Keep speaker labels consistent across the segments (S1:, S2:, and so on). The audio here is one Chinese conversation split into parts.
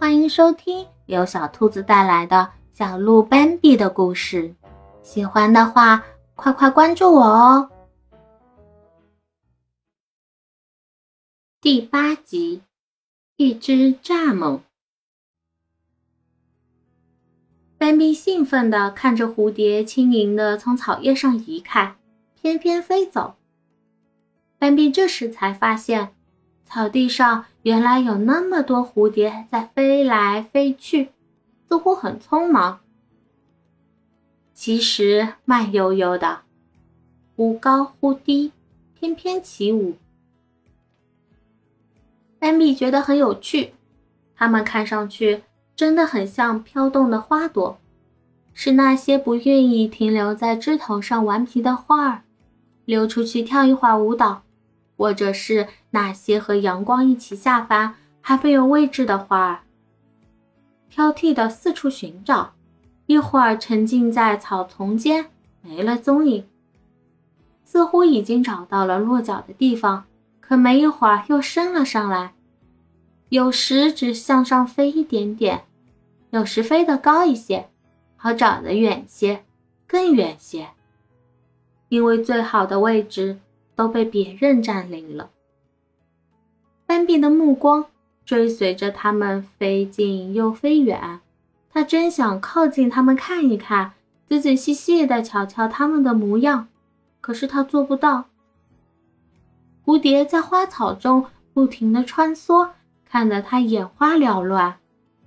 S1: 欢迎收听由小兔子带来的小鹿斑比的故事。喜欢的话，快快关注我哦。第8集，一只蚱蜢。斑比兴奋地看着蝴蝶轻盈地从草叶上移开，翩翩飞走。斑比这时才发现，草地上原来有那么多蝴蝶在飞来飞去，似乎很匆忙。其实慢悠悠的，忽高忽低，翩翩起舞。斑比觉得很有趣，它们看上去真的很像飘动的花朵，是那些不愿意停留在枝头上顽皮的花儿，溜出去跳一会儿舞蹈，或者是那些和阳光一起下凡还没有位置的花儿，挑剔地四处寻找，一会儿沉浸在草丛间没了踪影，似乎已经找到了落脚的地方，可没一会儿又升了上来，有时只向上飞一点点，有时飞得高一些，好长得远些，更远些，因为最好的位置都被别人占领了。斑比的目光追随着它们飞近又飞远，他真想靠近它们看一看，仔仔细细地瞧瞧它们的模样，可是他做不到。蝴蝶在花草中不停地穿梭，看得他眼花缭乱。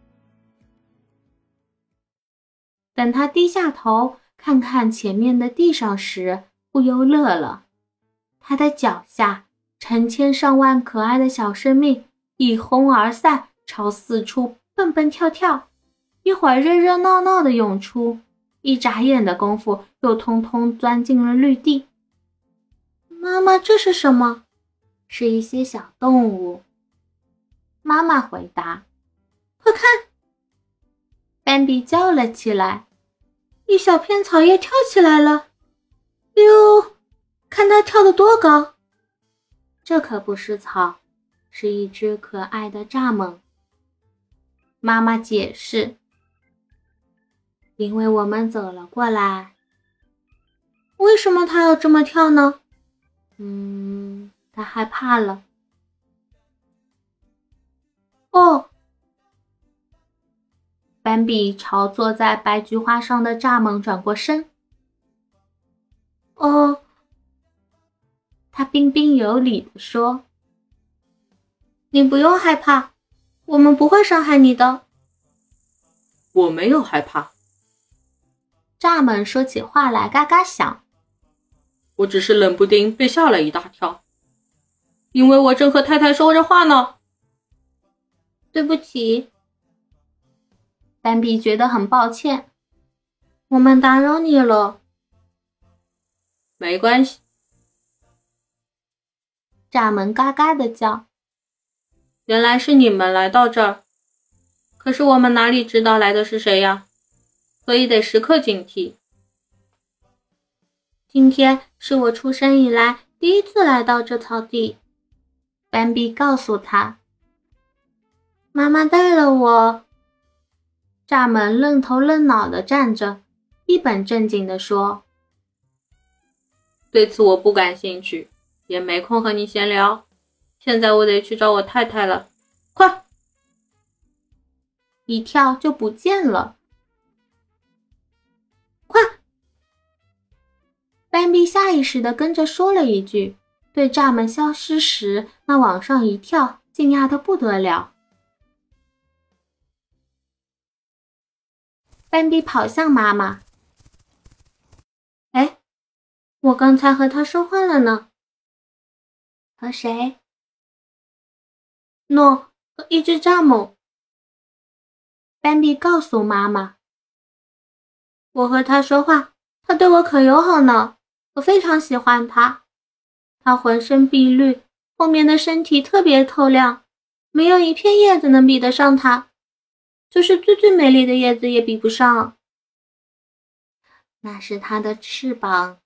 S1: 等他低下头看看前面的地上时，不由乐了。他的脚下成千上万可爱的小生命一哄而散，朝四处蹦蹦跳跳，一会儿热热闹闹地涌出，一眨眼的功夫又通通钻进了绿地。妈妈，这是什么？是一些小动物。妈妈回答。快看！斑比叫了起来，一小片草叶跳起来了。哟，看它跳得多高！这可不是草，是一只可爱的蚱蜢。妈妈解释，因为我们走了过来。为什么它要这么跳呢？它害怕了。哦，斑比朝坐在白菊花上的蚱蜢转过身。哦，他彬彬有礼地说，你不用害怕，我们不会伤害你的。
S2: 我没有害怕。
S1: 蚱蜢说起话来嘎嘎响。
S2: 我只是冷不丁被吓了一大跳，因为我正和太太说着话呢。
S1: 对不起。斑比觉得很抱歉，我们打扰你了。
S2: 没关系。
S1: 蚱蜢嘎嘎地叫。
S2: 原来是你们来到这儿，可是我们哪里知道来的是谁呀？所以得时刻警惕。
S1: 今天是我出生以来第一次来到这草地，斑比告诉他。妈妈带了我。蚱蜢愣头愣脑地站着，一本正经地说，
S2: 对此我不感兴趣，也没空和你闲聊。现在我得去找我太太了，快！
S1: 一跳就不见了。快！斑比下意识地跟着说了一句，对蚱蜢消失时那往上一跳，惊讶得不得了。斑比跑向妈妈。哎，我刚才和他说话了呢。和谁？诺，和一只蚱蜢。斑比告诉妈妈，我和他说话，他对我可友好呢，我非常喜欢他。他浑身碧绿，后面的身体特别透亮，没有一片叶子能比得上他，就是最美丽的叶子也比不上。那是他的翅膀。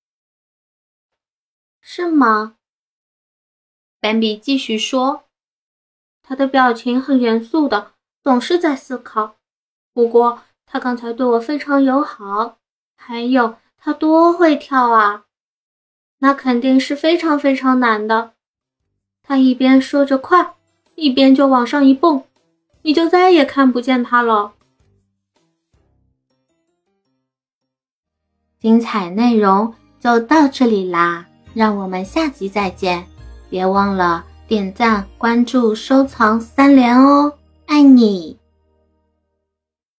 S1: 是吗？斑比继续说，他的表情很严肃的， 总是在思考。不过他刚才对我非常友好，还有他多会跳啊！那肯定是非常非常难的。他一边说着快，一边就往上一蹦，你就再也看不见他了。精彩内容就到这里啦，让我们下集再见。别忘了点赞、关注、收藏3连哦，爱你！